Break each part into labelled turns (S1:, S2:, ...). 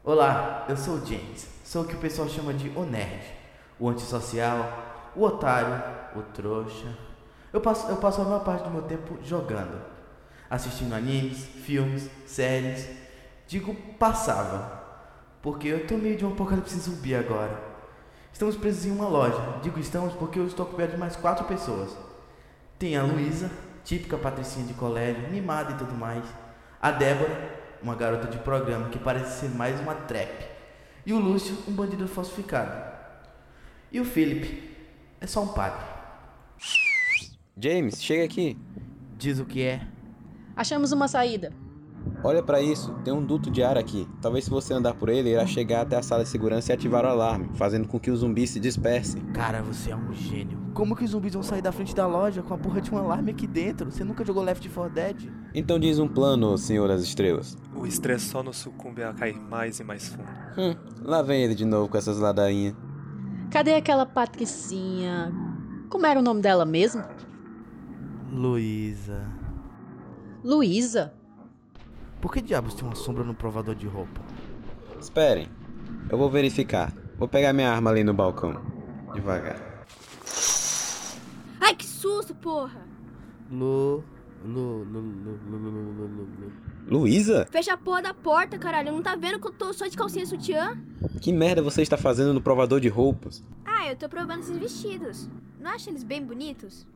S1: Olá, eu sou o James. Sou o que o pessoal chama de o nerd, o antissocial, o otário, o trouxa. Eu passo a maior parte do meu tempo jogando, assistindo animes, filmes, séries. Digo passava, porque eu tô meio de um apocalipse zumbi agora. Estamos presos em uma loja. Digo estamos porque eu estou coberto de mais 4 pessoas. Tem a Luísa, típica patricinha de colégio, mimada e tudo mais. A Débora, uma garota de programa que parece ser mais uma trap. E o Lúcio, um bandido falsificado. E o Felipe é só um padre.
S2: James, chega aqui.
S1: Diz o que é.
S3: Achamos uma saída.
S2: Olha pra isso, tem um duto de ar aqui. Talvez se você andar por ele, irá chegar até a sala de segurança e ativar o alarme, fazendo com que os zumbis se dispersem.
S1: Cara, você é um gênio. Como que os zumbis vão sair da frente da loja com a porra de um alarme aqui dentro? Você nunca jogou Left 4 Dead?
S2: Então diz um plano, Senhor das Estrelas.
S4: O estresse só nos sucumbe a cair mais e mais fundo.
S2: Lá vem ele de novo com essas ladainhas.
S3: Cadê aquela patricinha? Como era o nome dela mesmo?
S1: Luísa.
S3: Luísa?
S1: Por que diabos tem uma sombra no provador de roupa?
S2: Esperem, eu vou verificar. Vou pegar minha arma ali no balcão. Devagar.
S5: Ai, que susto, porra!
S2: Luísa?
S5: Fecha a porra da porta, caralho. Não tá vendo que eu tô só de calcinha e sutiã?
S2: Que merda você está fazendo no provador de roupas?
S5: Ah, eu tô provando esses vestidos. Não acha eles bem bonitos?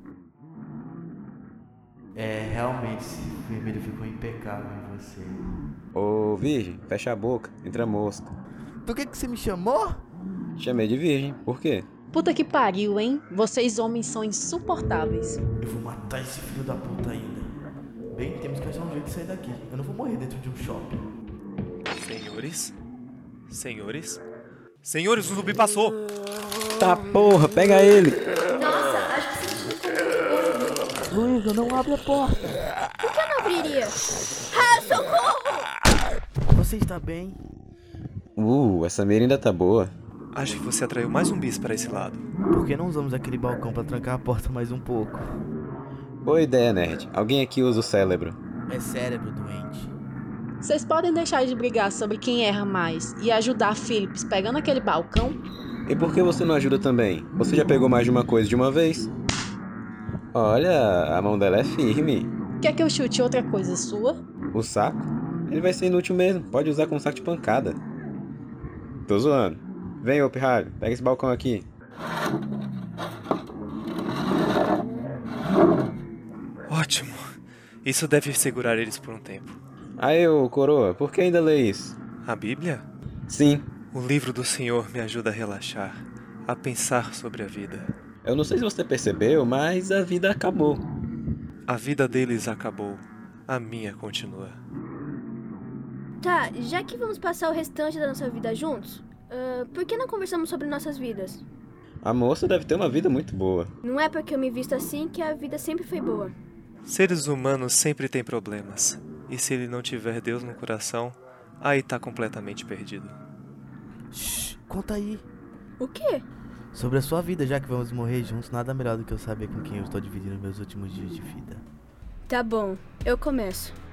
S1: É, realmente, esse vermelho ficou impecável em você.
S2: Ô, virgem, fecha a boca, entra mosca.
S1: Do que você me chamou?
S2: Chamei de virgem, por quê?
S3: Puta que pariu, hein? Vocês homens são insuportáveis.
S1: Eu vou matar esse filho da puta ainda. Bem, temos que achar um jeito de sair daqui. Eu não vou morrer dentro de um shopping.
S4: Senhores? Senhores? Senhores, o zumbi passou!
S2: Tá porra, pega ele!
S5: Nossa, acho que você
S1: Luísa, não abre a porta.
S5: Por que eu não abriria? Ah, socorro!
S1: Você está bem?
S2: Essa mira ainda tá boa.
S4: Acho que você atraiu mais zumbis para esse lado.
S1: Por que não usamos aquele balcão pra trancar a porta mais um pouco?
S2: Boa ideia, nerd. Alguém aqui usa o cérebro.
S1: É cérebro doente.
S3: Vocês podem deixar de brigar sobre quem erra mais e ajudar Phillips pegando aquele balcão?
S2: E por que você não ajuda também? Você já pegou mais de uma coisa de uma vez? Olha, a mão dela é firme.
S3: Quer que eu chute outra coisa sua?
S2: O saco? Ele vai ser inútil mesmo. Pode usar como saco de pancada. Tô zoando. Vem, ô pirralho. Pega esse balcão aqui.
S4: Ótimo. Isso deve segurar eles por um tempo.
S2: Aí, ô coroa, por que ainda lê isso?
S4: A Bíblia?
S2: Sim.
S4: O livro do Senhor me ajuda a relaxar, a pensar sobre a vida.
S2: Eu não sei se você percebeu, mas a vida acabou.
S4: A vida deles acabou. A minha continua.
S5: Tá, já que vamos passar o restante da nossa vida juntos, por que não conversamos sobre nossas vidas?
S2: A moça deve ter uma vida muito boa.
S5: Não é porque eu me visto assim que a vida sempre foi boa.
S4: Seres humanos sempre têm problemas. E se ele não tiver Deus no coração, aí tá completamente perdido.
S1: Shhh, conta aí.
S5: O quê?
S1: Sobre a sua vida, já que vamos morrer juntos, nada melhor do que eu saber com quem eu estou dividindo meus últimos dias de vida.
S5: Tá bom, eu começo.